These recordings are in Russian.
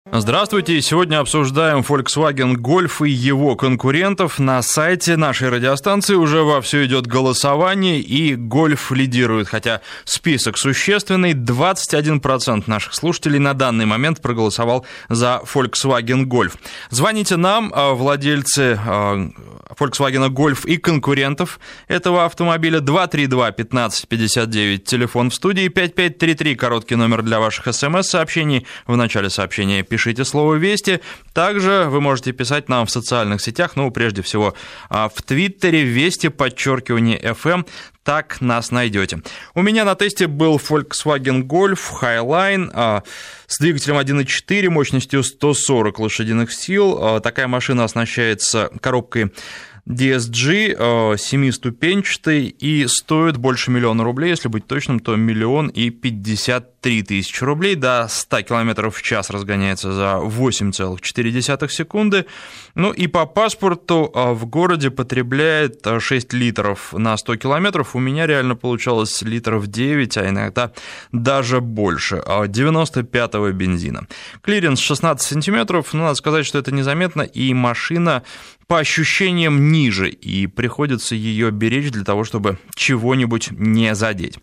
Здравствуйте! Сегодня обсуждаем Volkswagen Golf и его конкурентов. На сайте нашей радиостанции уже вовсю идет голосование, и Golf лидирует, хотя список существенный. 21% наших слушателей на данный момент проголосовал за Volkswagen Golf. Звоните нам, владельцы Volkswagen Golf и конкурентов этого автомобиля. 232-1559, телефон в студии, 5533, короткий номер для ваших смс-сообщений. В начале сообщения пишите слово «Вести». Также вы можете писать нам в социальных сетях, прежде всего в Твиттере, Вести, _FM. Так нас найдете. У меня на тесте был Volkswagen Golf Highline с двигателем 1.4 мощностью 140 лошадиных сил. Такая машина оснащается коробкой DSG, 7-ступенчатой, и стоит больше 1 000 000 рублей, если быть точным, то 1 053 000 рублей. До 100 км в час разгоняется за 8,4 секунды. И по паспорту в городе потребляет 6 литров на 100 километров. У меня реально получалось литров 9, а иногда даже больше. 95-го бензина. Клиренс 16 сантиметров, надо сказать, что это незаметно, и машина по ощущениям ниже, и приходится ее беречь для того, чтобы чего-нибудь не задеть.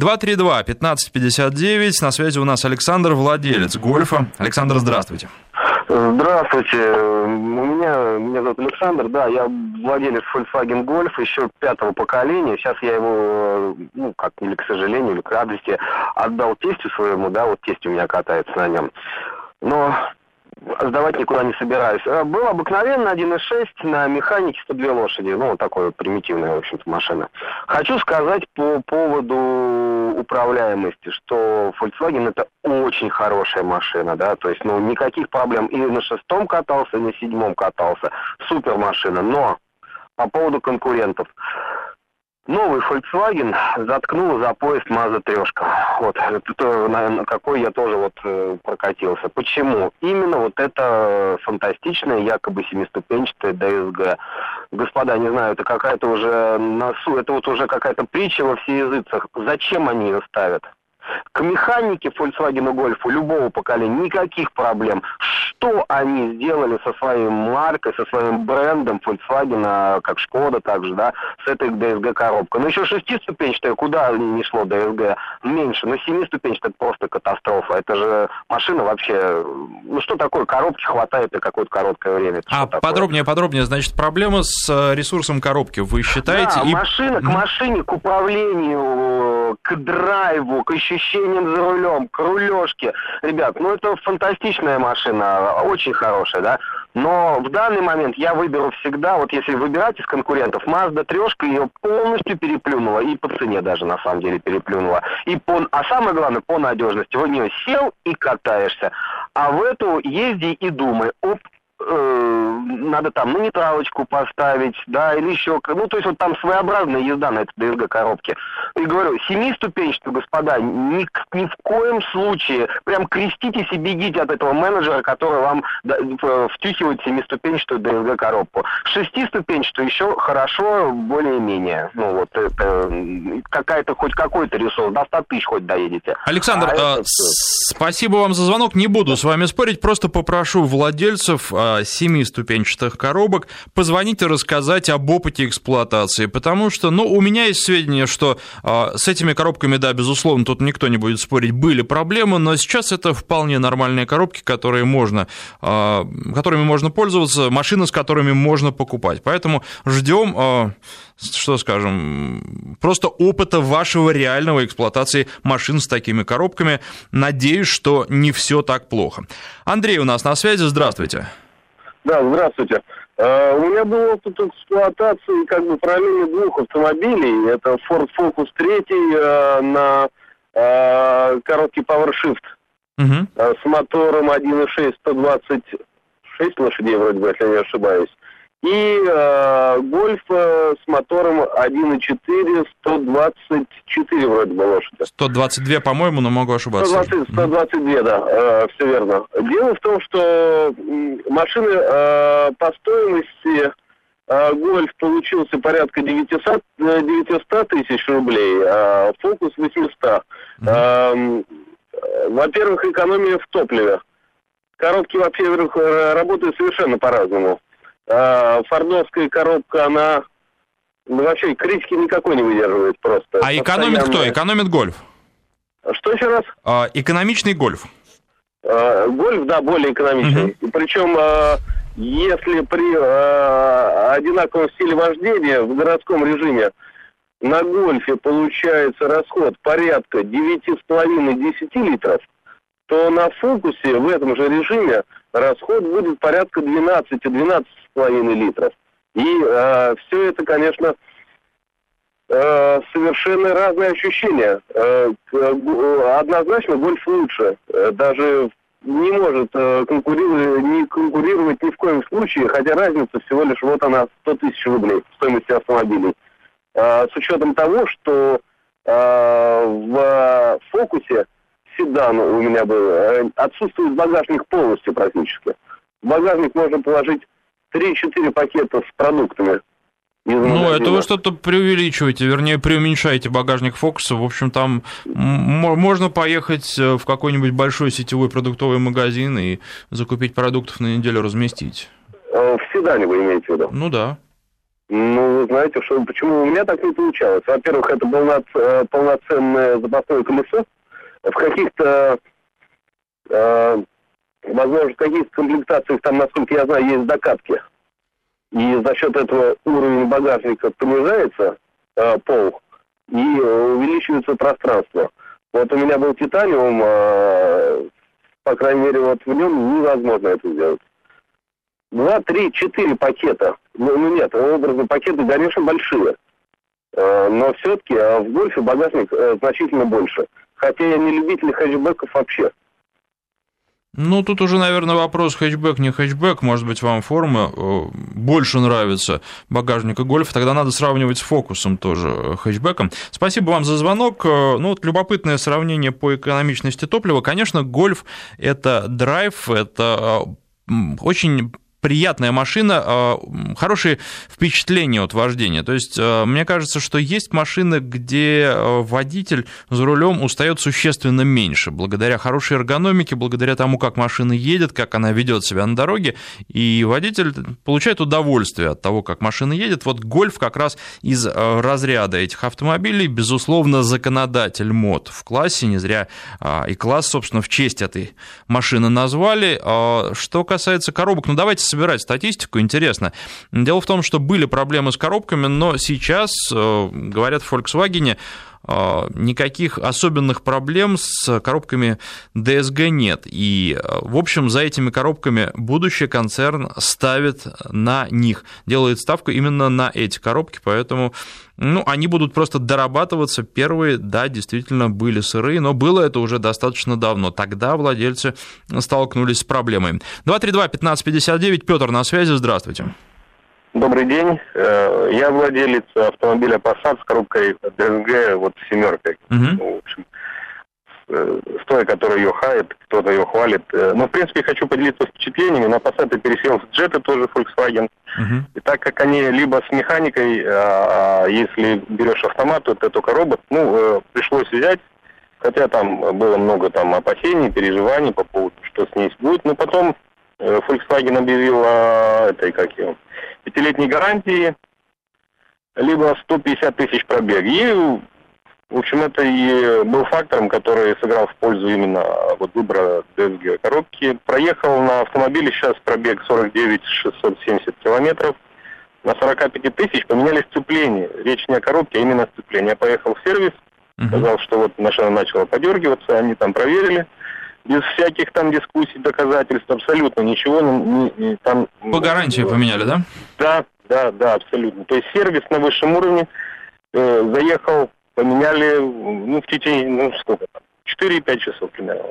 232-1559, на связи у нас Александр, владелец Гольфа. Александр, здравствуйте. Здравствуйте, меня зовут Александр, да, я владелец Volkswagen Golf еще 5-го поколения, сейчас я его, или к сожалению, или к радости, отдал тестю своему, тесть у меня катается на нем, но сдавать никуда не собираюсь. Был обыкновенный 1.6 на механике 102 лошади, такой примитивная, в общем-то, машина. Хочу сказать по поводу управляемости, что Volkswagen это очень хорошая машина, то есть, никаких проблем. И на 6-м катался, и на 7-м катался. Супер машина. Но по поводу конкурентов. Новый Volkswagen заткнул за пояс Mazda 3. На какой я тоже прокатился. Почему? Именно это фантастичная, якобы 7-ступенчатая DSG. Господа, не знаю, это какая-то уже это уже какая-то притча во всеязыцах. Зачем они ее ставят? К механике Volkswagen Golf любого поколения никаких проблем. Что они сделали со своей маркой, со своим брендом Volkswagen, как Шкода также, с этой DSG-коробкой. Еще 6-ступенчатая, куда не шло DSG, меньше. Но 7-ступенчатая это просто катастрофа. Это же машина вообще... что такое? Коробки хватает на какое-то короткое время. Подробнее, значит, проблема с ресурсом коробки, вы считаете? Да, машина к машине, к управлению, к драйву, к ощущениям за рулем, к рулежке. Ребят, это фантастичная машина, очень хорошая, но в данный момент я выберу всегда, если выбирать из конкурентов, Mazda 3 ее полностью переплюнула, и по цене даже на самом деле переплюнула. А самое главное, по надежности. В нее сел и катаешься, а в эту езди и думай, надо нейтралочку поставить, или еще, то есть там своеобразная езда на этой DSG-коробке. И говорю, 7-ступенчатую, господа, ни в коем случае, прям креститесь и бегите от этого менеджера, который вам втюхивает 7-ступенчатую DSG-коробку. 6-ступенчатую еще хорошо, более-менее. Это какая-то, хоть какой-то ресурс, до 100 тысяч хоть доедете. Александр, спасибо вам за звонок, не буду с вами спорить, просто попрошу владельцев 7-ступенчатых коробок позвонить и рассказать об опыте эксплуатации, потому что, у меня есть сведения, что с этими коробками, безусловно, тут никто не будет спорить, были проблемы, но сейчас это вполне нормальные коробки, которыми можно пользоваться, машины, с которыми можно покупать, поэтому ждем, просто опыта вашего реального эксплуатации машин с такими коробками. Надеюсь, что не все так плохо. Андрей у нас на связи, здравствуйте. Да, здравствуйте. У меня был опыт эксплуатации параллельно 2 автомобилей. Это Ford Focus 3 на короткий PowerShift с мотором 1.6, 126 лошадей вроде бы, если я не ошибаюсь. И Golf с мотором 1.4, 124 вроде бы лошади. 122, по-моему, но могу ошибаться. 122, да, все верно. Дело в том, что машины по стоимости Golf получился порядка 900 тысяч рублей, а Focus 800. Во-первых, экономия в топливе. коробки вообще работают совершенно по-разному. Фордовская коробка, она вообще критики никакой не выдерживает просто. А экономит кто? Экономит Гольф? Что еще раз? Экономичный Гольф. Гольф, да, более экономичный. Причем, если при одинаковом стиле вождения в городском режиме на Гольфе получается расход порядка 9,5-10 литров, то на Фокусе в этом же режиме расход будет порядка 12-12,5 литров. И все это, конечно, совершенно разные ощущения. Однозначно Гольф лучше. Даже не может конкурировать ни в коем случае, хотя разница всего лишь вот она 100 тысяч рублей в стоимости автомобилей. С учетом того, что в Фокусе седан у меня был, отсутствует багажник полностью практически. В багажник можно положить 3-4 пакета с продуктами. Ну, это вы что-то преувеличиваете, вернее, преуменьшаете багажник Фокуса. В общем, там можно поехать в какой-нибудь большой сетевой продуктовый магазин и закупить продуктов на неделю, разместить. В седане вы имеете в виду? Ну, да. Ну, вы знаете, почему у меня так не получалось? Во-первых, это полноценное запасное колесо. В каких-то, возможно, в каких-то комплектациях там, насколько я знаю, есть докатки. И за счет этого уровень багажника понижается, пол, и увеличивается пространство. Вот у меня был титаниум, по крайней мере, вот в нем невозможно это сделать. 2, 3, 4 пакета. Ну нет, образно пакеты, конечно, большие. Но все-таки в Гольфе багажник значительно больше. Хотя я не любитель хэтчбеков вообще. Ну, тут уже, наверное, вопрос хэтчбэк, не хэтчбэк. Может быть, вам форма больше нравится багажника Гольфа. Тогда надо сравнивать с Фокусом тоже, хэтчбэком. Спасибо вам за звонок. Ну, вот любопытное сравнение по экономичности топлива. Конечно, Гольф – это драйв, это очень приятная машина, хорошие впечатления от вождения. То есть, мне кажется, что есть машины, где водитель за рулем устает существенно меньше, благодаря хорошей эргономике, благодаря тому, как машина едет, как она ведет себя на дороге, и водитель получает удовольствие от того, как машина едет. Вот Гольф как раз из разряда этих автомобилей, безусловно, законодатель мод в классе, не зря и класс, собственно, в честь этой машины назвали. Что касается коробок, ну, давайте собирать статистику, интересно. Дело в том, что были проблемы с коробками, но сейчас, говорят в Volkswagen, никаких особенных проблем с коробками DSG нет. И, в общем, за этими коробками будущее концерн ставит на них, делает ставку именно на эти коробки, поэтому они будут просто дорабатываться. Первые, да, действительно были сырые, но было это уже достаточно давно. Тогда владельцы столкнулись с проблемой. 232-1559, Петр на связи, здравствуйте. Добрый день. Я владелец автомобиля Passat с коробкой DSG, вот с семеркой. В общем, с той, которая ее хает, кто-то ее хвалит. Но, в принципе, хочу поделиться впечатлениями. На Passat я пересел в Jetta, тоже Volkswagen. И так как они либо с механикой, а если берешь автомат, то это только робот, пришлось взять. Хотя там было много опасений, переживаний по поводу, что с ней будет. Но потом Volkswagen объявил о этой, 5-летней гарантии, либо 150 тысяч пробег. И, в общем, это и был фактором, который сыграл в пользу именно выбора DSG коробки. Проехал на автомобиле сейчас пробег 49 670 километров. На 45 тысяч поменяли сцепление. Речь не о коробке, а именно о сцеплении. Я поехал в сервис, сказал, что вот машина начала подергиваться, они там проверили. Без всяких дискуссий, доказательств, абсолютно ничего. Там... По гарантии поменяли, да? Да, абсолютно. То есть сервис на высшем уровне, заехал, поменяли, в течение, 4-5 часов примерно.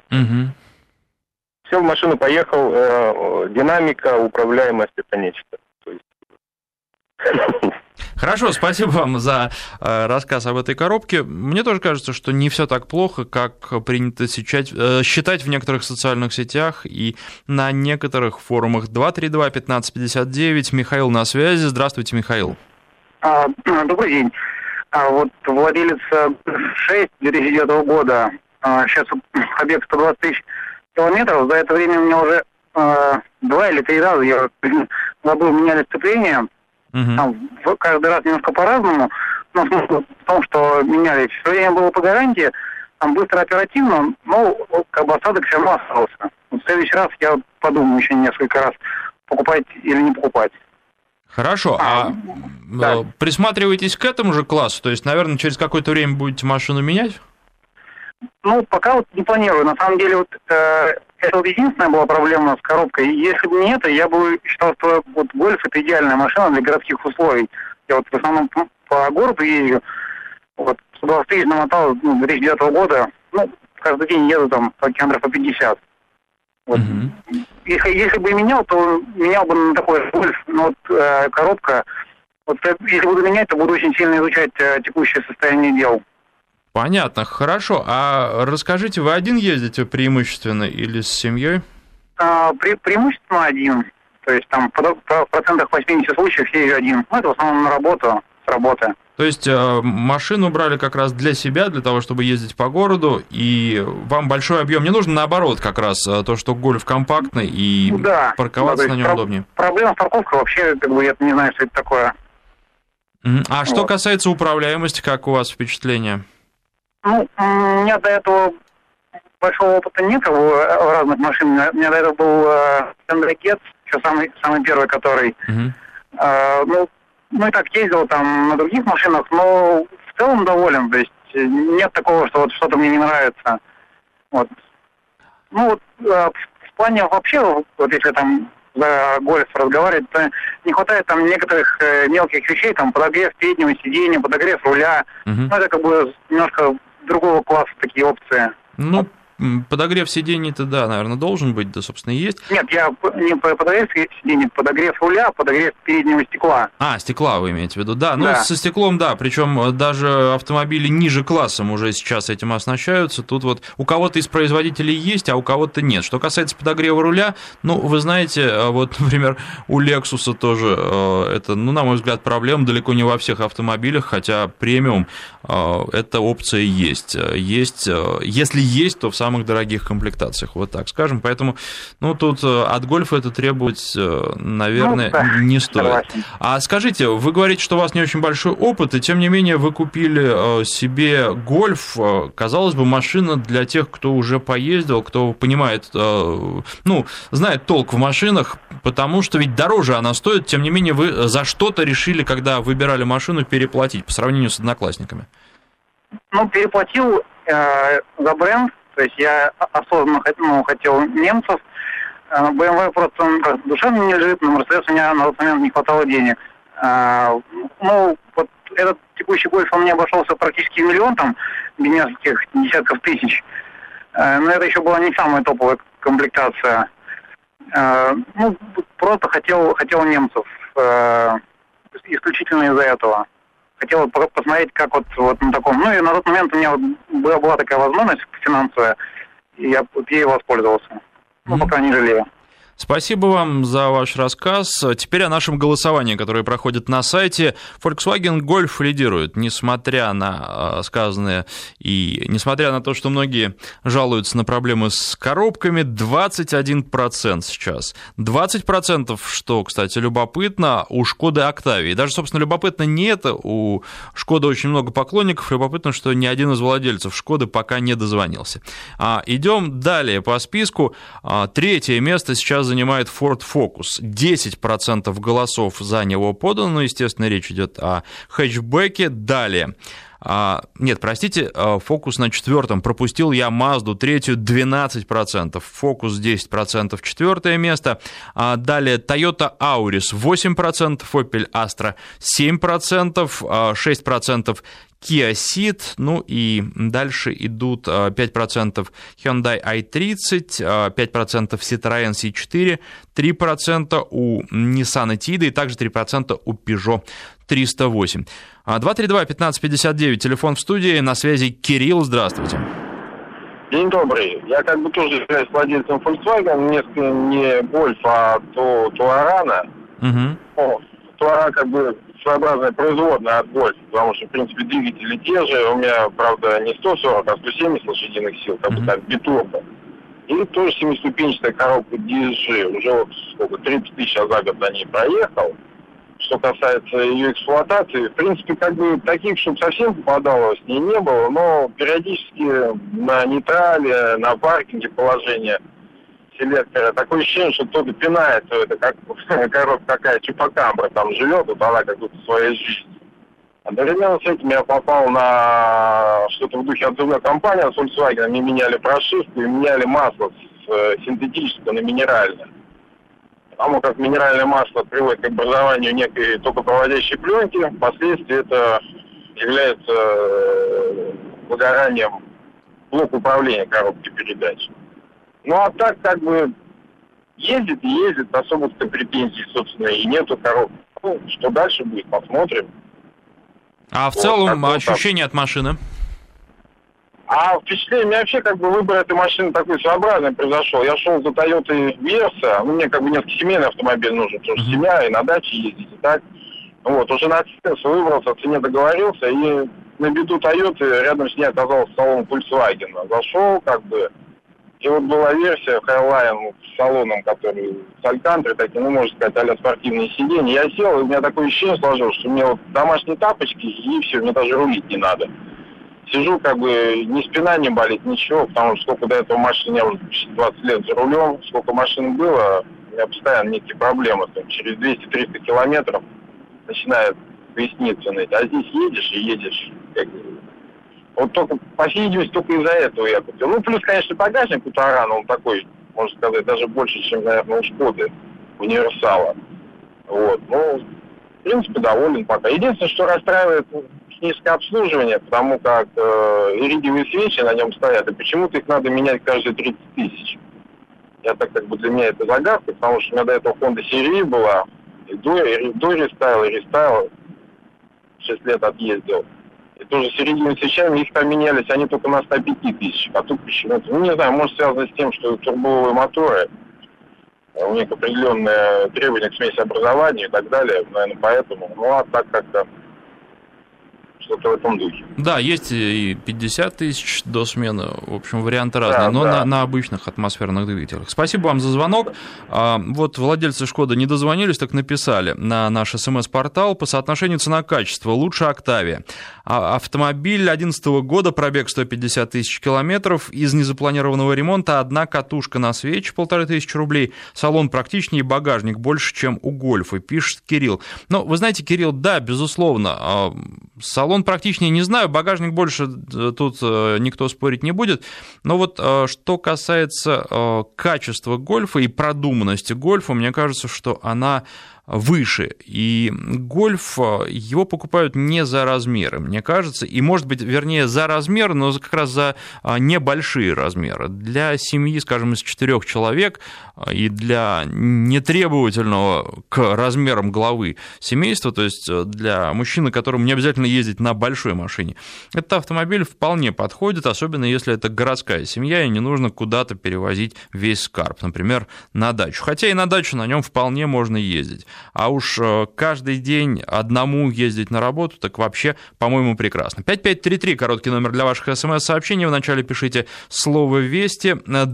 Сел в машину, поехал, динамика, управляемость, это нечто. То есть... Хорошо, спасибо вам за рассказ об этой коробке. Мне тоже кажется, что не все так плохо, как принято считать в некоторых социальных сетях и на некоторых форумах. 232-1559, Михаил на связи. Здравствуйте, Михаил. Добрый день. Вот владелец 6 2009 года, сейчас пробег 120 тысяч километров. За это время у меня уже 2 или 3 раза я забыл, меняли сцепление. Там, каждый раз немножко по-разному. Но смысл в том, что меняли. Все время было по гарантии, там быстро, оперативно, но как бы осадок все равно остался. В следующий раз я подумаю еще несколько раз, покупать или не покупать. Хорошо, да. Присматриваетесь к этому же классу? То есть, наверное, через какое-то время будете машину менять? Ну, пока вот не планирую. На самом деле, вот это вот единственная была проблема с коробкой. Если бы не это, я бы считал, что вот Гольф — это идеальная машина для городских условий. Я вот в основном по городу езжу. Вот 120 тысяч намотал 2009 года. Ну, каждый день еду там километров по 50. Вот. Если бы и менял, то менял бы на такой Гольф. Но вот коробка, вот если буду менять, то буду очень сильно изучать текущее состояние дел. Понятно, хорошо. А расскажите, вы один ездите преимущественно или с семьей? Преимущественно один. То есть там в процентах 80 случаев езжу один. Ну, это в основном на работу, с работы. То есть машину брали как раз для себя, для того, чтобы ездить по городу, и вам большой объем не нужно, наоборот, как раз то, что Гольф компактный, и парковаться на нем удобнее. Проблема с парковкой вообще, как бы, я не знаю, что это такое. А что касается управляемости, как у вас впечатление? Ну, у меня до этого большого опыта нет в разных машинах. У меня до этого был Hendrikets, еще самый первый, который... Ну и так ездил там на других машинах, но в целом доволен. То есть нет такого, что вот что-то мне не нравится. Вот. Ну вот в плане вообще, вот если там за Гольф разговаривать, то не хватает там некоторых мелких вещей, там подогрев переднего сиденья, подогрев руля. Ну это как бы немножко другого класса такие опции. Ну, подогрев сидений-то, да, наверное, должен быть, да, собственно, и есть. Нет, я не подогрев сидений, подогрев руля, подогрев переднего стекла. Стекла вы имеете в виду, да. Ну, да. Со стеклом, да, причем даже автомобили ниже классом уже сейчас этим оснащаются. Тут вот у кого-то из производителей есть, а у кого-то нет. Что касается подогрева руля, ну, вы знаете, вот, например, у Lexus тоже это, ну, на мой взгляд, проблема далеко не во всех автомобилях, хотя премиум эта опция есть. Если есть, то в самых дорогих комплектациях, вот так скажем. Поэтому, ну, тут от Гольфа это требовать, наверное, не стоит. Согласен. А скажите, вы говорите, что у вас не очень большой опыт, и тем не менее вы купили себе Гольф. Казалось бы, машина для тех, кто уже поездил, кто понимает, ну, знает толк в машинах, потому что ведь дороже она стоит. Тем не менее, вы за что-то решили, когда выбирали машину, переплатить по сравнению с одноклассниками? Ну, переплатил за бренд. То есть я осознанно хотел немцев. BMW просто душевно не лежит, на Mercedes у меня на тот момент не хватало денег. Ну, вот этот текущий Гольф у меня обошелся практически в миллион, там, без нескольких десятков тысяч. Но это еще была не самая топовая комплектация. Ну, просто хотел немцев. Исключительно из-за этого. Хотел посмотреть, как вот на таком... Ну, и на тот момент у меня была такая возможность финансовая, и я ею воспользовался. Ну, пока не жалею. Спасибо вам за ваш рассказ. Теперь о нашем голосовании, которое проходит на сайте. Volkswagen Golf лидирует, несмотря на сказанное и несмотря на то, что многие жалуются на проблемы с коробками, 21% сейчас. 20%, что, кстати, любопытно, у Шкоды Октавии. Даже, собственно, любопытно не это, у Шкоды очень много поклонников, любопытно, что ни один из владельцев Шкоды пока не дозвонился. Идем далее по списку. Третье место сейчас занимает Ford Focus. 10% голосов за него подано, естественно, речь идет о хэтчбеке. Далее. Нет, простите, Focus на четвертом. Пропустил я Mazda третью, 12%. Focus 10%, четвертое место. Далее Toyota Auris 8%, Opel Astra 7%, 6% Kia Ceed, ну и дальше идут 5% Hyundai i30, 5% Citroёn C4, 3% у Nissan Tiida и также 3% у Peugeot 308. 232-1559, телефон в студии, на связи Кирилл, здравствуйте. День добрый. Я как бы тоже являюсь владельцем Volkswagen, не Golf, а Touarana. Touarana как бы своеобразная производная от Golf, потому что, в принципе, двигатели те же. У меня, правда, не 140, а 170 лошадиных сил, как бы так, битурбо. И тоже 7-ступенчатая коробка DSG. Уже вот сколько, 30 тысяч я за год на ней проехал. Что касается ее эксплуатации, в принципе, как бы таких, чтобы совсем попадало, с ней не было, но периодически на нейтрале, на паркинге положение селектора, такое ощущение, что кто-то пинает, это как коробка какая чупакабра там живет, вот она как будто своей жизнью. Одновременно с этим я попал на что-то в духе отзывной компании с Volkswagen, мне меняли прошивку и меняли масло с синтетического на минеральное. Потому как минеральное масло приводит к образованию некой токопроводящей пленки, впоследствии это является выгоранием блока управления коробки передач. Ну а так как бы ездит и ездит, особо-то претензий, собственно, и нету коробки. Ну, что дальше будет, посмотрим. А в целом ощущения от машины? А впечатление, у меня вообще как бы выбор этой машины такой своеобразный произошел. Я шел за Toyota Versa, мне как бы несколько семейный автомобиль нужен, потому что семья и на даче ездить, и так. Вот, уже на цене выбрался, о цене договорился, и на беду Toyota рядом с ней оказался салон Volkswagen. Зашел как бы, и вот была версия Highline с салоном, который с Alcantara, такие, ну, можно сказать, а-ля спортивные сиденья. Я сел, и у меня такое ощущение сложилось, что мне вот домашние тапочки, и все, мне даже рулить не надо. Сижу, как бы, ни спина не болит, ничего, потому что сколько до этого машин, я уже 20 лет за рулем, сколько машин было, у меня постоянно некие проблемы. Там, через 200-300 километров начинает поясница ныть. А здесь едешь и едешь. Как бы, вот только, по всей видимости, только из-за этого я купил. Ну, плюс, конечно, багажник у Тарана, он такой, можно сказать, даже больше, чем, наверное, у Шкоды, универсала. Вот, ну, в принципе, доволен пока. Единственное, что расстраивает, техническое обслуживание, потому как иридиевые свечи на нем стоят, и почему-то их надо менять каждые 30 тысяч. Я так как бы для меня это загадка, потому что у меня до этого Honda CR-V была, и до рестайл, и рестайл 6 лет отъездил. И тоже с иридиевыми свечами их там менялись, они только на 105 тысяч, а тут почему-то, ну не знаю, может связано с тем, что турбовые моторы, у них определенные требования к смесеобразованию и так далее, наверное, поэтому, ну а так как-то что-то в этом духе. Да, есть и 50 тысяч до смены, в общем, варианты разные, да, но да. На обычных атмосферных двигателях. Спасибо вам за звонок. Вот владельцы Шкоды не дозвонились, так написали на наш СМС-портал. По соотношению цена-качество лучше Октавия. Автомобиль 2011 года, пробег 150 тысяч километров, из незапланированного ремонта одна катушка на свечи, 1500 рублей, салон практичнее, багажник больше, чем у Гольфа, пишет Кирилл. Но вы знаете, Кирилл, да, безусловно, салон практичнее, не знаю, багажник больше, тут никто спорить не будет, но вот что касается качества Гольфа и продуманности Гольфа, мне кажется, что она выше, и Гольф, его покупают не за размеры, мне кажется, и, может быть, вернее, за размер, но как раз за небольшие размеры. Для семьи, скажем, из 4 человек и для нетребовательного к размерам главы семейства, то есть для мужчины, которому не обязательно ездить на большой машине, этот автомобиль вполне подходит, особенно если это городская семья и не нужно куда-то перевозить весь скарб, например, на дачу. Хотя и на дачу на нем вполне можно ездить. А уж каждый день одному ездить на работу, так вообще, по-моему, прекрасно. 5533, короткий номер для ваших смс-сообщений. Вначале пишите слово «Вести».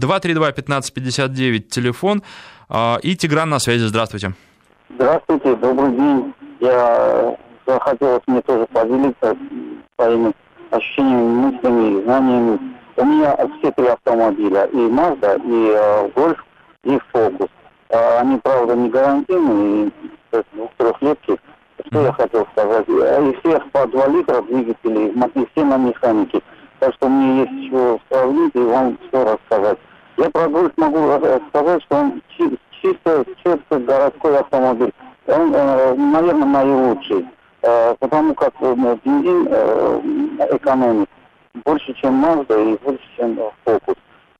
232-1559, телефон. И Тигран на связи. Здравствуйте. Здравствуйте, добрый день. Я захотелось мне тоже поделиться своими ощущениями, мыслями, знаниями. У меня все 3 автомобиля. И Mazda, и Golf, и Focus. Они, правда, не гарантийные, 2-3-летки. Что я хотел сказать? Из всех по 2 литра двигателей, и все на механике. Так что мне есть еще сравнить и вам все рассказать. Я про Гольф могу сказать, что он чисто городской автомобиль. Он, наверное, наилучший. Потому как бензин экономит больше, чем Mazda и больше, чем Focus.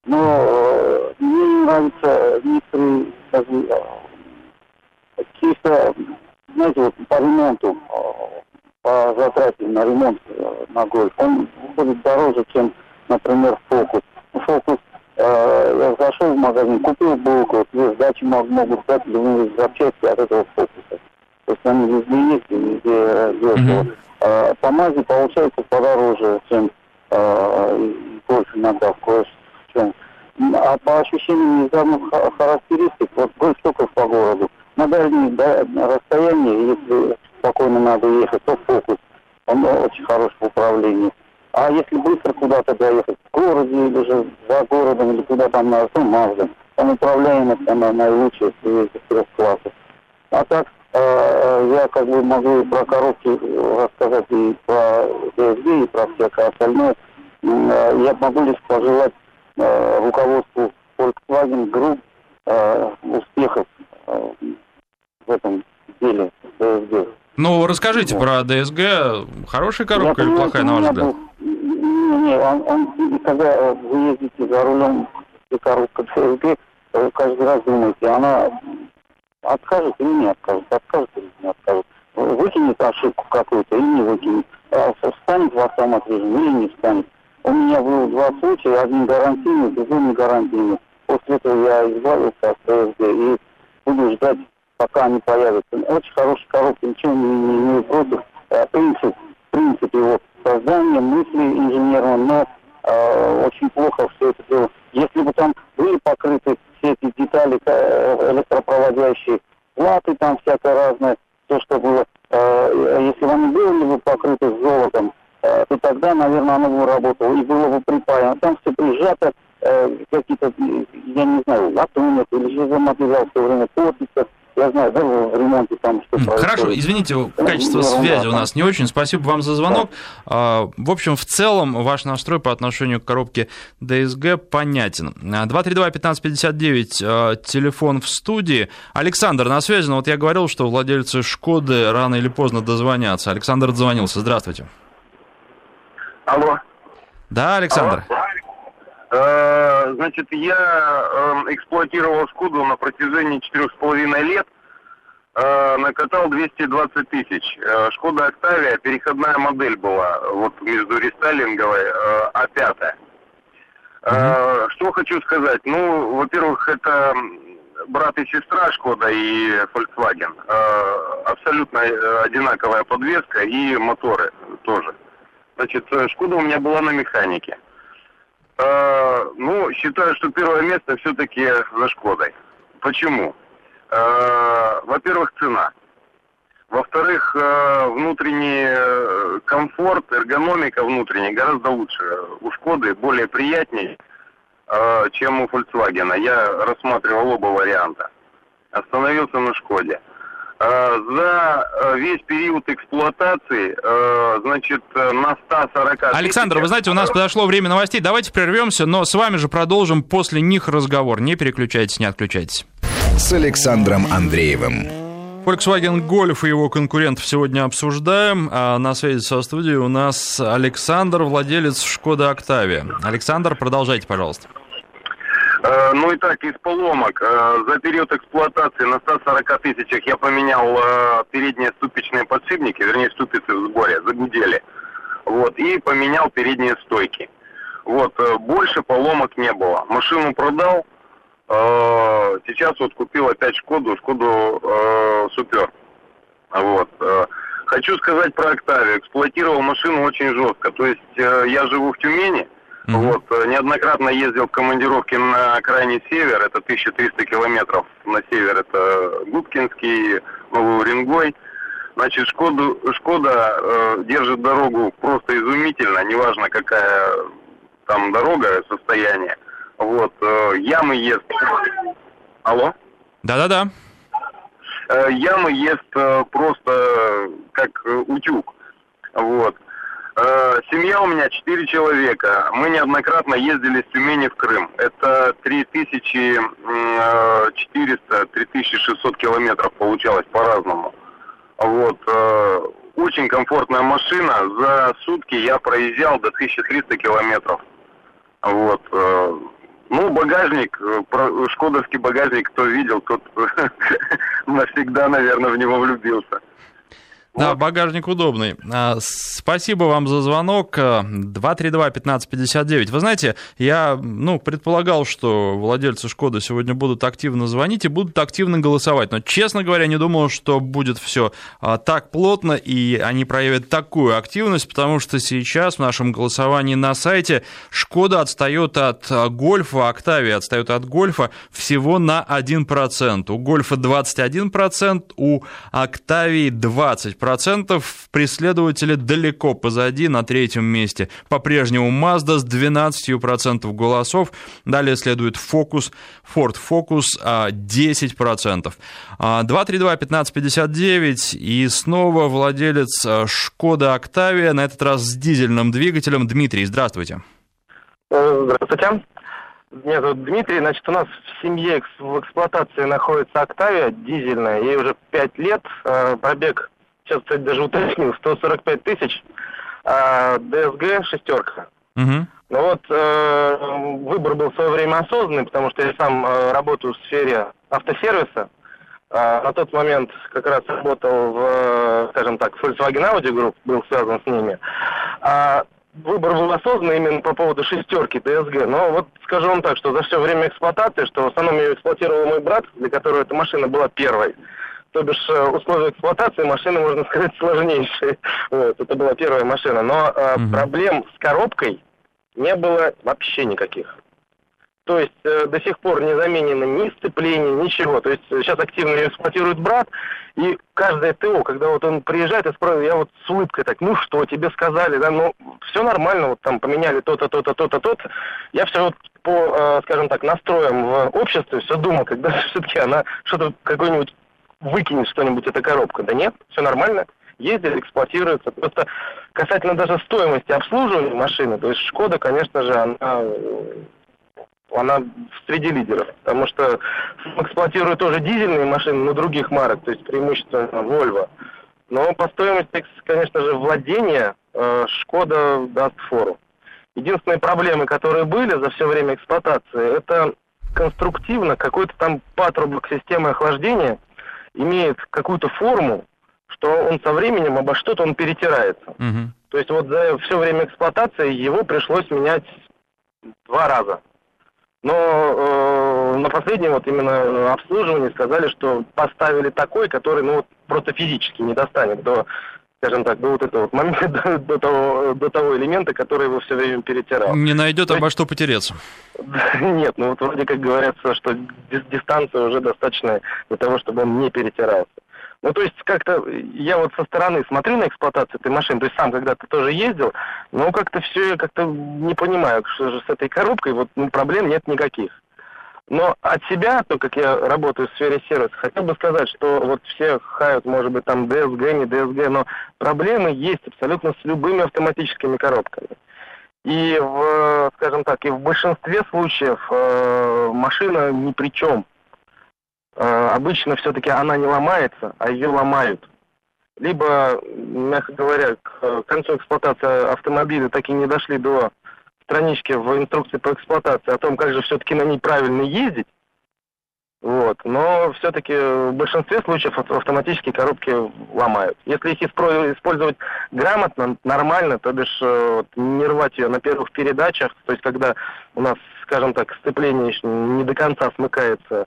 Но мне не нравится некоторые даже чисто, знаете, вот по ремонту, по затрате на ремонт на Гольф, он будет дороже, чем, например, Focus. Focus, я зашел в магазин, купил булку, вот, сдачи могут дать любые запчасти от этого Focus. То есть они везде есть, везде дешево. По Мазе получается подороже, чем Гольф иногда в кое-чем. А по ощущениям из разных характеристик, вот Гольф только по городу. На дальние расстояния, если спокойно надо ехать, то Фокус. Он очень хороший в управлении. А если быстро куда-то доехать, в городе или же за городом, или куда там надо, то Мазда. Там управляемость, она наилучшая среди этих трех классов. А так, я как бы могу про коробки рассказать и про DSG, и про всякое остальное. Я могу лишь пожелать руководству Volkswagen Group успехов в этом деле DSG. Ну, расскажите про DSG. Хорошая коробка или плохая, на ваш взгляд? Он, когда вы ездите за рулем, и коробка DSG, каждый раз думаете, она откажет или не откажет, откажет или не откажет. Выкинет ошибку какую-то или не выкинет. Встанет в автомат режим или не встанет. У меня было 2 случая, один гарантийный, другой не гарантийный. После этого я избавился от DSG и буду ждать, пока они появятся. Очень хорошая коробка, ничего не имею против. Принцип его создания, мысли инженерного, но очень плохо все это дело. Если бы там были покрыты все эти детали электропроводящие, платы там всякое разное, то, что было, если бы они были бы покрыты золотом, то тогда, наверное, оно бы работало и было бы припаяно. Там все прижато, какие-то, я не знаю, латунок или железоматериал все время портится. Я знаю, да, в ремонте там что происходит. Хорошо, извините, качество связи у нас не очень. Спасибо вам за звонок. Да. В общем, в целом, ваш настрой по отношению к коробке DSG понятен. 232-1559, телефон в студии. Александр на связи, но вот я говорил, что владельцы «Шкоды» рано или поздно дозвонятся. Александр дозвонился. Здравствуйте. Алло. Да, Александр. Алло. Значит, я эксплуатировал «Шкоду» на протяжении 4,5 лет, накатал 220 тысяч. «Шкода Октавия», переходная модель была, вот между рестайлинговой, А5. Что хочу сказать, ну, во-первых, это брат и сестра «Шкода» и Volkswagen, абсолютно одинаковая подвеска и моторы тоже. Значит, «Шкода» у меня была на механике. Ну, считаю, что первое место все-таки за «Шкодой». Почему? Во-первых, цена. Во-вторых, внутренний комфорт, эргономика внутренняя гораздо лучше. У «Шкоды» более приятнее, чем у Volkswagen. Я рассматривал оба варианта. Остановился на «Шкоде». За весь период эксплуатации, значит, на 140... Александр, вы знаете, у нас подошло время новостей. Давайте прервемся, но с вами же продолжим после них разговор. Не переключайтесь, не отключайтесь. С Александром Андреевым. Volkswagen Golf и его конкурентов сегодня обсуждаем. На связи со студией у нас Александр, владелец «Шкода Октавия». Александр, продолжайте, пожалуйста. Ну и так, из поломок. За период эксплуатации на 140 тысячах я поменял передние ступичные подшипники, вернее, ступицы в сборе, загудели. Вот, и поменял передние стойки. Вот, больше поломок не было. Машину продал, сейчас вот купил опять Шкоду Супер. Вот. Хочу сказать про Октавию. Эксплуатировал машину очень жестко. То есть я живу в Тюмени. Вот, неоднократно ездил в командировки на крайний север, это 1300 километров на север, это Губкинский, Новый Уренгой. Значит, Шкода держит дорогу просто изумительно, неважно какая там дорога, состояние. Вот, ямы ест... Алло? Да-да-да. Ямы ест просто как утюг. Вот. Семья у меня 4 человека. Мы неоднократно ездили с Тюмени в Крым. Это 3400-3600 километров получалось по-разному. Вот. Очень комфортная машина. За сутки я проезжал до 1300 километров. Вот. Ну, багажник, шкодовский багажник, кто видел, тот навсегда, наверное, в него влюбился. Да, багажник удобный. Спасибо вам за звонок. 232-1559. Вы знаете, я предполагал, что владельцы «Шкоды» сегодня будут активно звонить и будут активно голосовать. Но, честно говоря, не думал, что будет все так плотно, и они проявят такую активность, потому что сейчас в нашем голосовании на сайте «Шкода» отстает от «Гольфа», «Октавия» отстает от «Гольфа» всего на 1%. У «Гольфа» 21%, у «Октавии» 20%. Преследователи далеко позади, на третьем месте. По-прежнему Mazda с 12% голосов. Далее следует Ford Focus 10%. 232-1559 и снова владелец Шкода Октавия, на этот раз с дизельным двигателем. Дмитрий, здравствуйте. Здравствуйте. Меня зовут Дмитрий. Значит, у нас в семье в эксплуатации находится Октавия дизельная. Ей уже 5 лет. Пробег, сейчас, кстати, даже уточнил, 145 тысяч. ДСГ шестерка. Угу. Ну вот, выбор был в свое время осознанный, потому что я сам работаю в сфере автосервиса. На тот момент как раз работал в, скажем так, Volkswagen Audi Group, был связан с ними. Выбор был осознанный именно по поводу шестерки ДСГ. Но вот скажу вам так, что за все время эксплуатации, что в основном ее эксплуатировал мой брат, для которого эта машина была первой. То бишь условия эксплуатации машины, можно сказать, сложнейшие. Вот, это была первая машина. Но проблем с коробкой не было вообще никаких. То есть до сих пор не заменено ни сцепление, ничего. То есть сейчас активно ее эксплуатирует брат, и каждое ТО, когда вот он приезжает и спрашивает, я вот с улыбкой так, ну что, тебе сказали, да, ну все нормально, вот там поменяли то-то, то-то, то-то, то-то. Я все вот по, скажем так, настроям в обществе все думал, когда все-таки она что-то какой-нибудь выкинет что-нибудь, эта коробка. Да нет, все нормально. Ездили, эксплуатируется. Просто касательно даже стоимости обслуживания машины, то есть Шкода, конечно же, она среди лидеров, потому что эксплуатирует тоже дизельные машины, но других марок, то есть преимущественно Volvo. Но по стоимости, конечно же, владения Шкода даст фору. Единственные проблемы, которые были за все время эксплуатации, это конструктивно какой-то там патрубок системы охлаждения имеет какую-то форму, что он со временем обо что-то он перетирается. Угу. То есть вот за все время эксплуатации его пришлось менять 2 раза. Но на последнем вот именно обслуживании сказали, что поставили такой, который просто физически не достанет до, скажем так, до вот этого вот момента, до того элемента, который его все время перетирал. Не найдет обо что потереться. Нет, вот вроде как говорится, что дистанция уже достаточная для того, чтобы он не перетирался. Ну, то есть, как-то я вот со стороны смотрю на эксплуатацию этой машины, то есть сам когда-то тоже ездил, но как-то все я как-то не понимаю, что же с этой коробкой, проблем нет никаких. Но от себя, то как я работаю в сфере сервиса, хотел бы сказать, что вот все хают, может быть, там ДСГ, не ДСГ, но проблемы есть абсолютно с любыми автоматическими коробками. И скажем так, и в большинстве случаев машина ни при чем. Обычно все-таки она не ломается, а ее ломают. Либо, мягко говоря, к концу эксплуатации автомобиля так и не дошли до странички в инструкции по эксплуатации о том, как же все-таки на ней правильно ездить. Вот. Но все-таки в большинстве случаев автоматические коробки ломают. Если их использовать грамотно, нормально, то бишь не рвать ее на первых передачах, то есть когда у нас, скажем так, сцепление еще не до конца смыкается,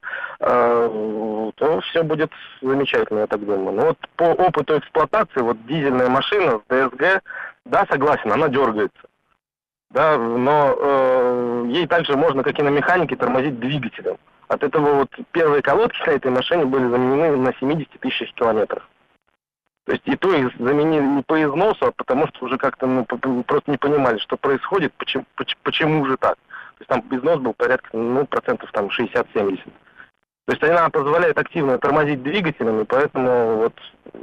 то все будет замечательно, я так думаю. Но вот по опыту эксплуатации, вот дизельная машина с ДСГ, да, согласен, она дергается. Да, но ей также можно, как и на механике, тормозить двигателем. От этого вот первые колодки на этой машине были заменены на 70 тысяч километров. То есть и то их заменили не по износу, а потому что уже как-то просто не понимали, что происходит, почему же так. То есть там износ был порядка, процентов там 60-70. То есть она позволяет активно тормозить двигателем, и поэтому вот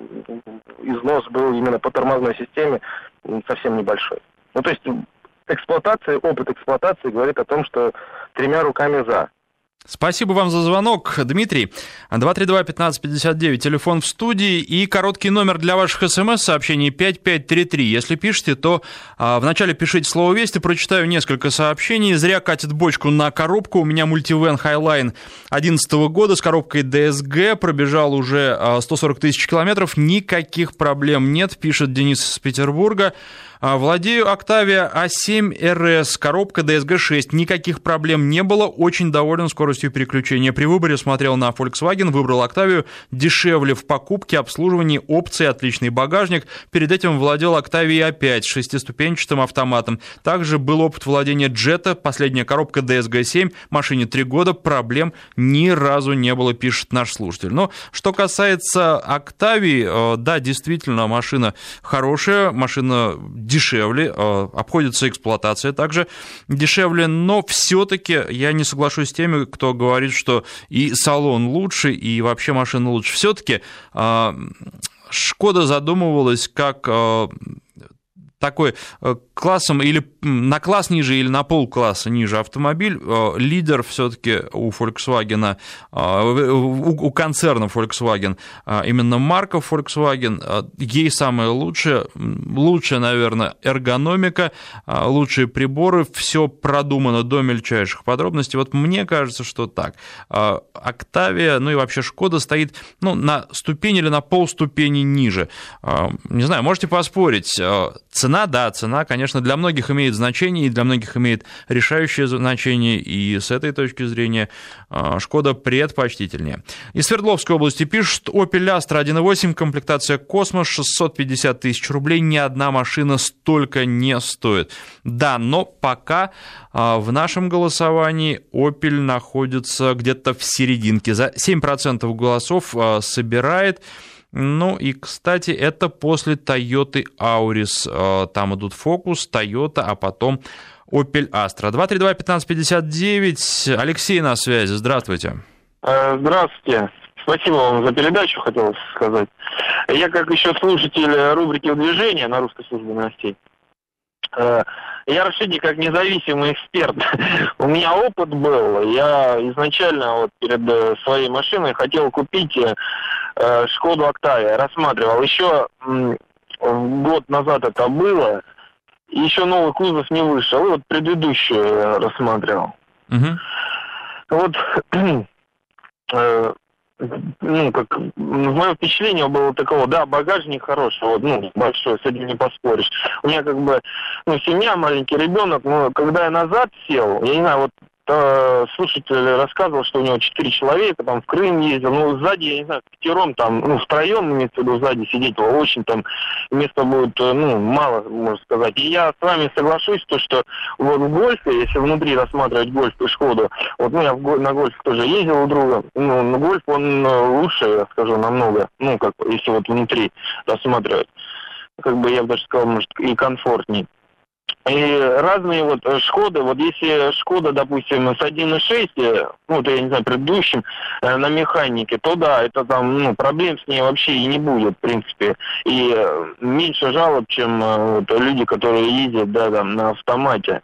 износ был именно по тормозной системе совсем небольшой. Ну, то есть опыт эксплуатации говорит о том, что 3 руками за. Спасибо вам за звонок, Дмитрий. 232-1559, телефон в студии и короткий номер для ваших смс-сообщений 5533. Если пишете, то вначале пишите слово «Вести», прочитаю несколько сообщений. Зря катит бочку на коробку. У меня мультивэн Highline 2011 года с коробкой DSG, пробежал уже 140 тысяч километров, никаких проблем нет, пишет Денис из Петербурга. Владею Octavia A7 RS, коробка DSG 6, никаких проблем не было, очень доволен скоростью переключения. При выборе смотрел на Volkswagen, выбрал Octavia, дешевле в покупке, обслуживании, опции, отличный багажник. Перед этим владел Octavia A5 с шестиступенчатым автоматом. Также был опыт владения Jetta, последняя коробка DSG 7, машине 3 года, проблем ни разу не было, пишет наш слушатель. Но что касается Octavia, да, действительно, машина хорошая, машина дешевле, обходится эксплуатация также дешевле, но все-таки я не соглашусь с теми, кто говорит, что и салон лучше, и вообще машина лучше. Все-таки Шкода задумывалась как такой классом или на класс ниже, или на полкласса ниже автомобиль. Лидер все-таки у Volkswagen, у концерна Volkswagen, именно марка Volkswagen, ей самое лучшее, наверное, эргономика, лучшие приборы, все продумано до мельчайших подробностей. Вот мне кажется, что так. Octavia, ну и вообще Шкода стоит на ступень или на полступени ниже. Не знаю, можете поспорить. Цена, конечно, для многих имеет значение, и для многих имеет решающее значение, и с этой точки зрения Шкода предпочтительнее. Из Свердловской области пишут: Opel Astra 1.8, комплектация Космос, 650 тысяч рублей, ни одна машина столько не стоит. Да, но пока в нашем голосовании Opel находится где-то в серединке, за 7% голосов собирает. Ну и, кстати, это после Toyota Auris. Там идут Focus, Toyota, а потом Opel Astra. 232-1559. Алексей на связи. Здравствуйте. Здравствуйте. Спасибо вам за передачу, хотел сказать. Я, как еще слушатель рубрики «Движение» на Русской службе новостей, я расширю как независимый эксперт. У меня опыт был. Я изначально вот перед своей машиной хотел купить Шкоду Octavia. Рассматривал. Еще год назад это было. Еще новый кузов не вышел. И вот предыдущую рассматривал. Вот мое впечатление было такого, да, багажник хороший, большой, с этим не поспоришь. У меня семья, маленький ребенок, но когда я назад сел, я не знаю, слушатель рассказывал, что у него 4 человека, там в Крым ездил, сзади, я не знаю, пятером, втроем, имеется в виду, сзади сидеть, очень там места будет, мало, можно сказать. И я с вами соглашусь, что вот в Гольфе, если внутри рассматривать Гольф и Шкоду, я на Гольф тоже ездил у друга, но Гольф, он лучше, я скажу, намного, если вот внутри рассматривать, я бы даже сказал, может, и комфортней. И разные Шкоды, если Шкода, допустим, с 1.6, я не знаю, предыдущим, на механике, то да, это там, проблем с ней вообще и не будет, в принципе. И меньше жалоб, чем люди, которые ездят, да, там, на автомате.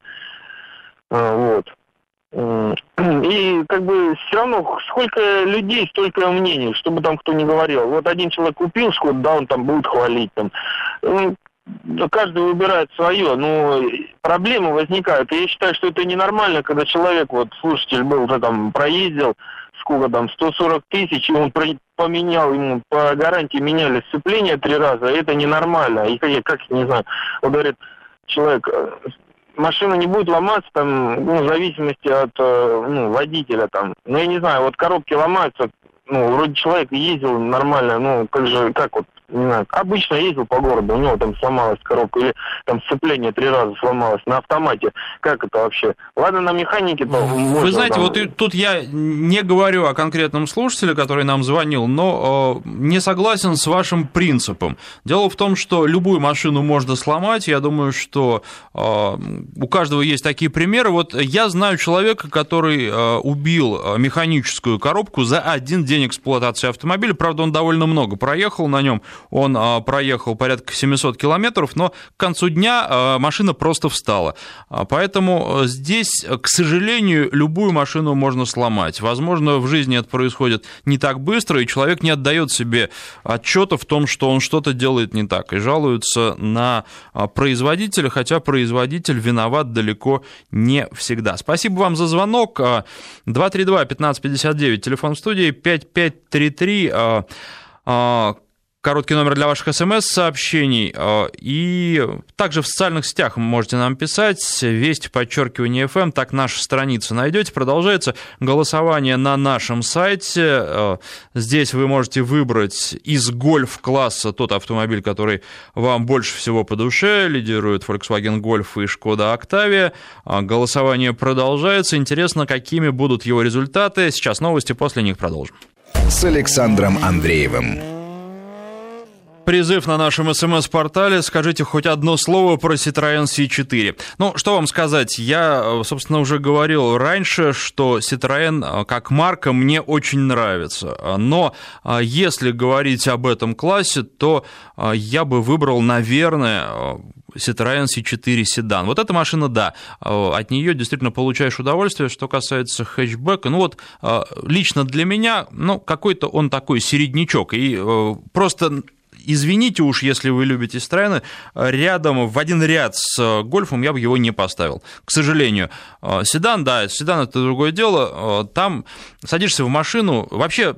И все равно, сколько людей, столько мнений, чтобы там кто ни говорил. Вот один человек купил Шкоду, да, он там будет хвалить, там. Каждый выбирает свое, но проблемы возникают. И я считаю, что это ненормально, когда человек, слушатель был, проездил, 140 тысяч, и он поменял, ему по гарантии меняли сцепление 3 раза, это ненормально. И не знаю, говорит человек, машина не будет ломаться, в зависимости от водителя, я не знаю, коробки ломаются, вроде человек ездил нормально, не знаю, обычно ездил по городу, у него там сломалась коробка, или там сцепление 3 раза сломалось на автомате. Как это вообще? Ладно, на механике то можно. Вы знаете, тут я не говорю о конкретном слушателе, который нам звонил, но не согласен с вашим принципом. Дело в том, что любую машину можно сломать. Я думаю, что у каждого есть такие примеры. Я знаю человека, который убил механическую коробку за 1 день эксплуатации автомобиля. Правда, он довольно много проехал на нем. он проехал порядка 700 километров, но к концу дня машина просто встала. Поэтому здесь, к сожалению, любую машину можно сломать. Возможно, в жизни это происходит не так быстро, и человек не отдает себе отчета в том, что он что-то делает не так, и жалуется на производителя, хотя производитель виноват далеко не всегда. Спасибо вам за звонок. 232-1559, телефон в студии, 5533, короткий номер для ваших СМС-сообщений. И также в социальных сетях можете нам писать. _FM, так наша страница найдете. Продолжается голосование на нашем сайте. Здесь вы можете выбрать из гольф-класса тот автомобиль, который вам больше всего по душе. Лидируют Volkswagen Golf и Skoda Octavia. Голосование продолжается. Интересно, какими будут его результаты. Сейчас новости, после них продолжим. С Александром Андреевым. Призыв на нашем СМС-портале. Скажите хоть одно слово про Citroёn C4. Ну, что вам сказать? Я, собственно, уже говорил раньше, что Citroёn как марка мне очень нравится. Но если говорить об этом классе, то я бы выбрал, наверное, Citroёn C4 седан. Вот эта машина, да, от нее действительно получаешь удовольствие. Что касается хэтчбека, ну вот лично для меня, ну, какой-то он такой середнячок. И просто... Извините уж, если вы любите Citroёn, рядом, в один ряд с Гольфом я бы его не поставил, к сожалению. Седан, да, седан – это другое дело, там садишься в машину, вообще...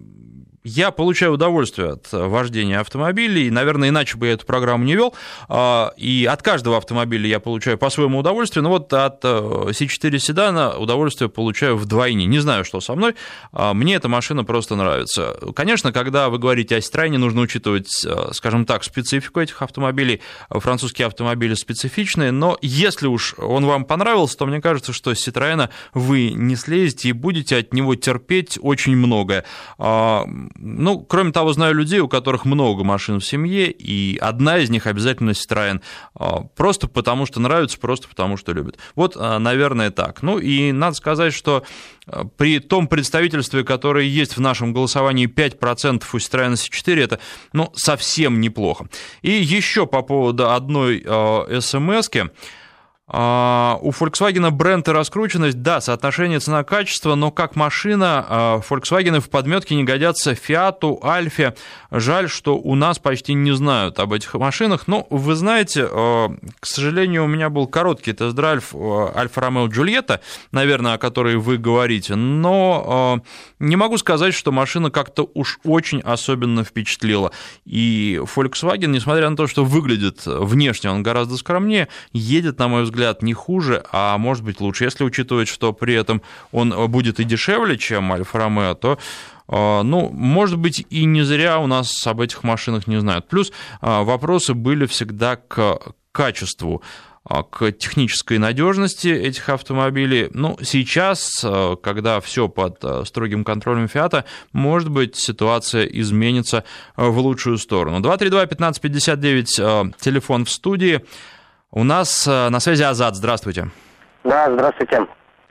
Я получаю удовольствие от вождения автомобилей, наверное, иначе бы я эту программу не вел, и от каждого автомобиля я получаю по-своему удовольствие, но вот от C4 седана удовольствие получаю вдвойне. Не знаю, что со мной, мне эта машина просто нравится. Конечно, когда вы говорите о Citroёn, нужно учитывать, скажем так, специфику этих автомобилей. Французские автомобили специфичные, но если уж он вам понравился, то мне кажется, что с Citroёn вы не слезете и будете от него терпеть очень многое. Ну, кроме того, знаю людей, у которых много машин в семье, и одна из них обязательно Citroёn. Просто потому, что нравится, просто потому, что любят. Вот, наверное, так. Ну, и надо сказать, что при том представительстве, которое есть в нашем голосовании, 5% у Citroёn C4, это, ну, совсем неплохо. И еще по поводу одной СМС-ки. У Volkswagen бренд и раскрученность, да, соотношение цена-качество, но как машина Volkswagen в подметке не годятся Fiat, Альфе. Жаль, что у нас почти не знают об этих машинах. Но вы знаете, к сожалению, у меня был короткий тест-драйв Альфа Ромео Джульетта, наверное, о которой вы говорите, но не могу сказать, что машина как-то уж очень особенно впечатлила. И Volkswagen, несмотря на то, что выглядит внешне он гораздо скромнее, едет, на мой взгляд, не хуже, а может быть лучше. Если учитывать, что при этом он будет и дешевле, чем Альфа-Ромео, то, ну, может быть, и не зря у нас об этих машинах не знают. Плюс вопросы были всегда к качеству, к технической надежности этих автомобилей. Ну, сейчас, когда все под строгим контролем Фиата, может быть, ситуация изменится в лучшую сторону. 232-1559, телефон в студии. У нас на связи Азат. Здравствуйте. Да, здравствуйте.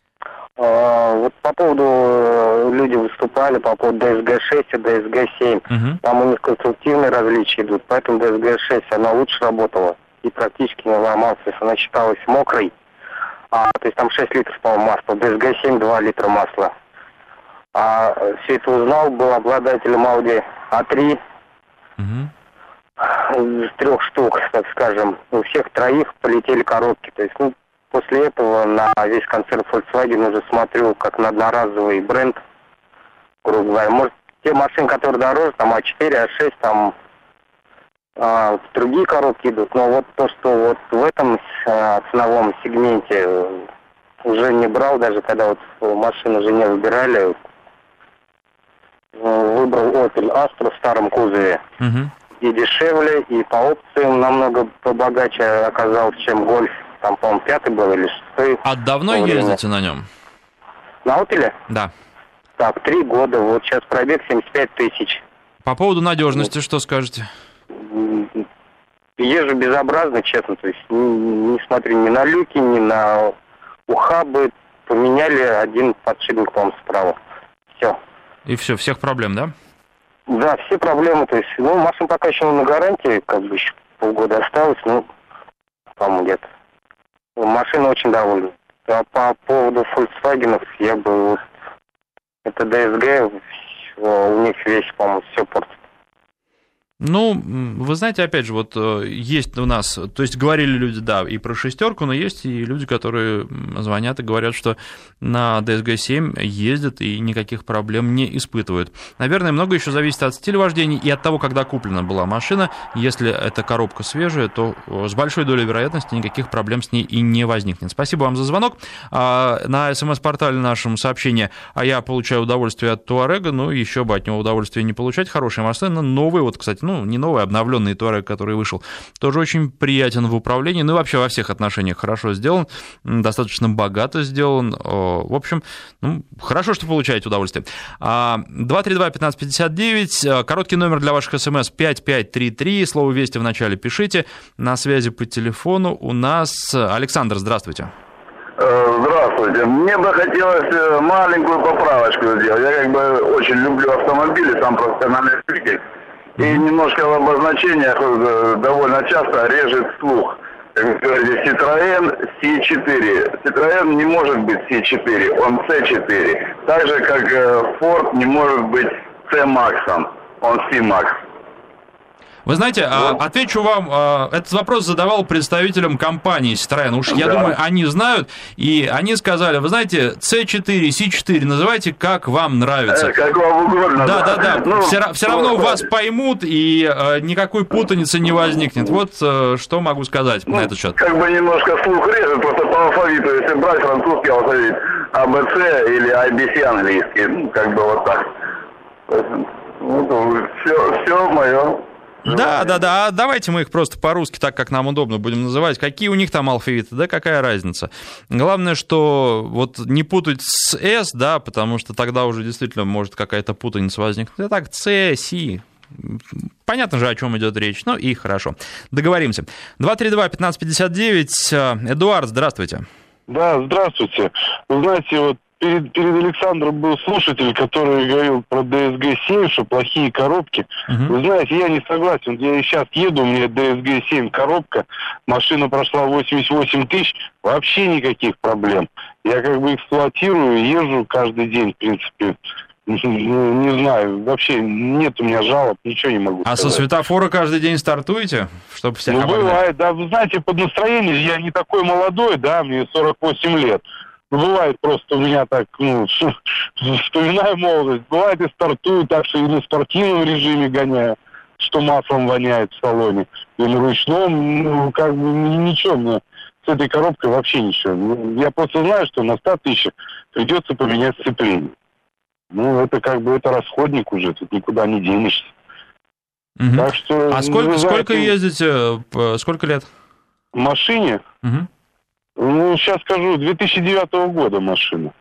Вот по поводу люди выступали по поводу DSG-6 и DSG-7. Там у них конструктивные различия идут, поэтому DSG-6 она лучше работала и практически не ломалась, то есть она считалась мокрой. То есть там 6 литров, по-моему, масла. DSG-7 2 литра масла. Все это узнал, был обладателем Audi A3. Из 3 штук, так скажем, у всех троих полетели коробки. То есть, ну, после этого на весь концерн Volkswagen уже смотрю как на одноразовый бренд, грубо говоря. Может, те машины, которые дороже, там А4, А6, там другие коробки идут. Но вот то, что вот в этом ценовом сегменте уже не брал, даже когда вот машину жене выбирали, выбрал Opel Astra в старом кузове. И дешевле, и по опциям намного побогаче оказался, чем Гольф. Там, по-моему, 5-й был или 6-й. А давно ездите на нем? На Opel? Да. Так, 3 года. Вот сейчас пробег 75 тысяч. По поводу надежности что скажете? Езжу безобразно, честно. То есть не смотрю ни на люки, ни на ухабы. Поменяли один подшипник, по-моему, справа. Все. И все, всех проблем, да? Да, все проблемы, то есть, машина пока еще на гарантии, как бы еще полгода осталось, по-моему, где-то. Машина очень довольна. А по поводу Volkswagen я бы это DSG, у них вещи, по-моему, все портит. Вы знаете, опять же, есть у нас, то есть говорили люди, да, и про шестерку, но есть и люди, которые звонят и говорят, что на DSG-7 ездят и никаких проблем не испытывают. Наверное, много еще зависит от стиля вождения и от того, когда куплена была машина. Если эта коробка свежая, то с большой долей вероятности никаких проблем с ней и не возникнет. Спасибо вам за звонок. На СМС-портале нашем сообщение: а я получаю удовольствие от Туарега, еще бы от него удовольствие не получать. Хорошая машина, новая, кстати, не новый, обновленный Touareg, который вышел, тоже очень приятен в управлении, и вообще во всех отношениях хорошо сделан, достаточно богато сделан. В общем, хорошо, что получаете удовольствие. 232-1559, короткий номер для ваших смс 5533, слово «Вести» в начале пишите. На связи по телефону у нас Александр, здравствуйте. Здравствуйте. Мне бы хотелось маленькую поправочку сделать. Я очень люблю автомобили, сам профессиональный водитель. И немножко в обозначениях довольно часто режет слух. Как вы говорите, Citroën C4. Citroën не может быть C4, он C4. Так же, как Ford не может быть C-Max, он C-Max. Вы знаете, отвечу вам, этот вопрос задавал представителям компании Citroën. Я думаю, они знают, и они сказали, вы знаете, C4, C4, называйте, как вам нравится. Как вам угодно. Да. Все равно вас поймут, и никакой путаницы не возникнет. Что могу сказать на этот счет. Немножко слух режет, просто по алфавиту, если брать французский алфавит, ABC или IBC английский, так. Все мое. Да, давайте мы их просто по-русски, так как нам удобно, будем называть. Какие у них там алфавиты, да какая разница. Главное, что не путать с S, да, потому что тогда уже действительно может какая-то путаница возникнуть. А так, C, C. Понятно же, о чем идет речь. И хорошо. Договоримся. 232-1559. Эдуард, здравствуйте. Да, здравствуйте. Вы знаете, перед Александром был слушатель, который говорил про DSG-7, что плохие коробки. Вы знаете, я не согласен. Я сейчас еду, у меня DSG-7 коробка, машина прошла 88 тысяч, вообще никаких проблем. Я эксплуатирую, езжу каждый день, в принципе. Не знаю, вообще нет у меня жалоб, ничего не могу сказать. А со светофора каждый день стартуете, чтобы всех обогнать? Бывает, да. Вы знаете, под настроение, я не такой молодой, да, мне 48 лет. Бывает просто у меня так, вспоминаю молодость. Бывает и стартую так, что и на спортивном режиме гоняю, что маслом воняет в салоне. И на ручном, ничего мне с этой коробкой вообще ничего. Я просто знаю, что на 100 тысячах придется поменять сцепление. Это расходник уже, тут никуда не денешься. Так что... А сколько ездите, сколько лет? В машине? Сейчас скажу, 2009 года машина.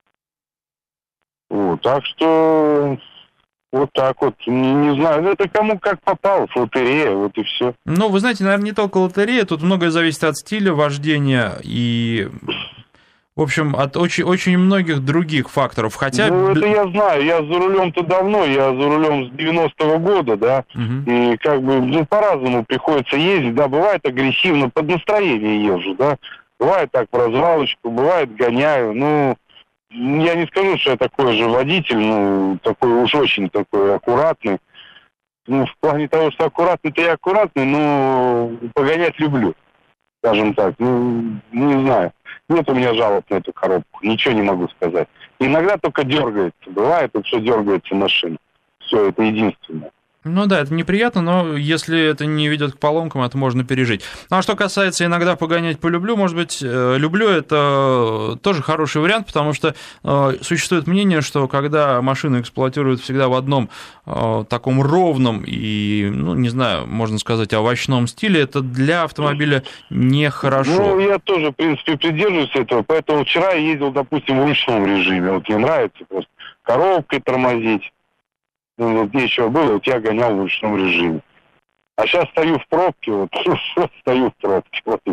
Так что так не знаю, это кому как попало, лотерея, и все. Вы знаете, наверное, не только лотерея, тут многое зависит от стиля вождения и, в общем, от очень многих других факторов, хотя... это я знаю, я за рулем-то давно, я за рулем с 90-го года, да, и по-разному приходится ездить, да, бывает агрессивно, под настроение езжу, да. Бывает так в развалочку, бывает гоняю. Я не скажу, что я такой же водитель, такой уж очень такой аккуратный. В плане того, что аккуратный-то я аккуратный, но погонять люблю, скажем так. Не знаю. Нет у меня жалоб на эту коробку, ничего не могу сказать. Иногда только дергается. Бывает, что дергается машина. Все, это единственное. Да, это неприятно, но если это не ведет к поломкам, это можно пережить. А что касается иногда погонять полюблю, может быть, люблю, это тоже хороший вариант, потому что существует мнение, что когда машину эксплуатируют всегда в одном таком ровном и, не знаю, можно сказать, овощном стиле, это для автомобиля нехорошо. Я тоже, в принципе, придерживаюсь этого, поэтому вчера я ездил, допустим, в ручном режиме. Мне нравится просто коробкой тормозить. Нечего было, я гонял в ручном режиме. А сейчас стою в пробке, стою в пробке, и все.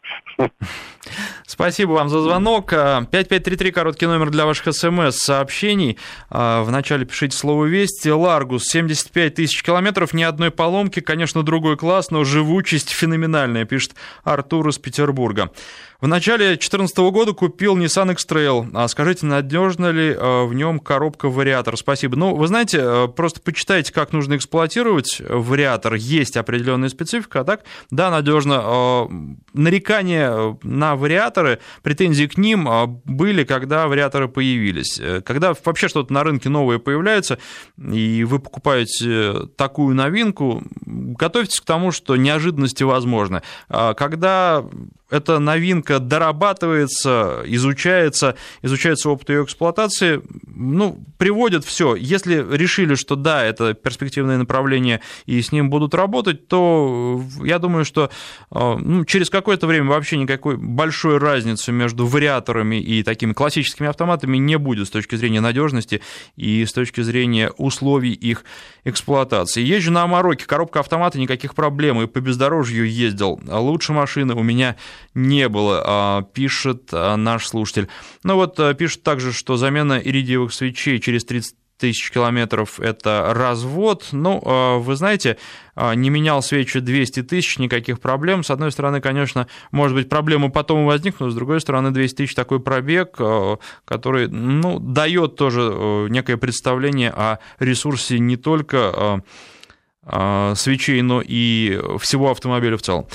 Спасибо вам за звонок. 5533, короткий номер для ваших СМС-сообщений. Вначале пишите слово «Вести». Ларгус, 75 тысяч километров, ни одной поломки. Конечно, другой класс, но живучесть феноменальная, пишет Артур из Петербурга. В начале 2014 года купил Nissan X-Trail. Скажите, надежна ли в нем коробка-вариатор? Спасибо. Ну, вы знаете, просто почитайте, как нужно эксплуатировать вариатор. Есть определенная специфика, а так, да, надежно. Нарекания на вариаторы, претензии к ним были, когда вариаторы появились. Когда вообще что-то на рынке новое появляется, и вы покупаете такую новинку, готовьтесь к тому, что неожиданности возможны. Когда эта новинка дорабатывается, изучается опыт ее эксплуатации, ну, приводит все. Если решили, что да, это перспективное направление, и с ним будут работать, то я думаю, что через какое-то время вообще никакой большой разницы между вариаторами и такими классическими автоматами не будет с точки зрения надежности и с точки зрения условий их эксплуатации. Езжу на Амароке, коробка автомата, никаких проблем, и по бездорожью ездил. Лучше машины у меня не было, пишет наш слушатель. Ну вот, пишет также, что замена иридиевых свечей через 30 тысяч километров – это развод. Ну, вы знаете, не менял свечи 200 тысяч, никаких проблем. С одной стороны, конечно, может быть, проблемы потом возникнут, с другой стороны, 200 тысяч такой пробег, который, ну, дает тоже некое представление о ресурсе не только свечей, но и всего автомобиля в целом.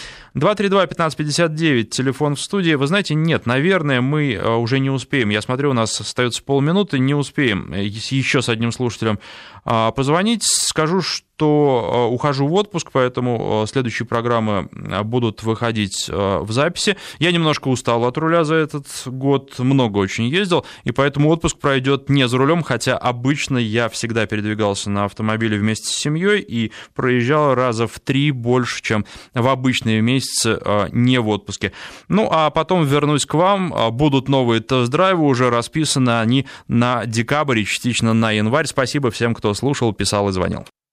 232-1559, телефон в студии. Вы знаете, нет, наверное, мы уже не успеем. Я смотрю, у нас остается полминуты, не успеем еще с одним слушателем позвонить. Скажу, что ухожу в отпуск, поэтому следующие программы будут выходить в записи. Я немножко устал от руля за этот год, много очень ездил, и поэтому отпуск пройдет не за рулем, хотя обычно я всегда передвигался на автомобиле вместе с семьей и проезжал раза в 3 больше, чем в обычные месяцы не в отпуске. Ну, а потом вернусь к вам, будут новые тест-драйвы, уже расписаны они на декабрь и частично на январь. Спасибо всем, кто слушал, писал и звонил.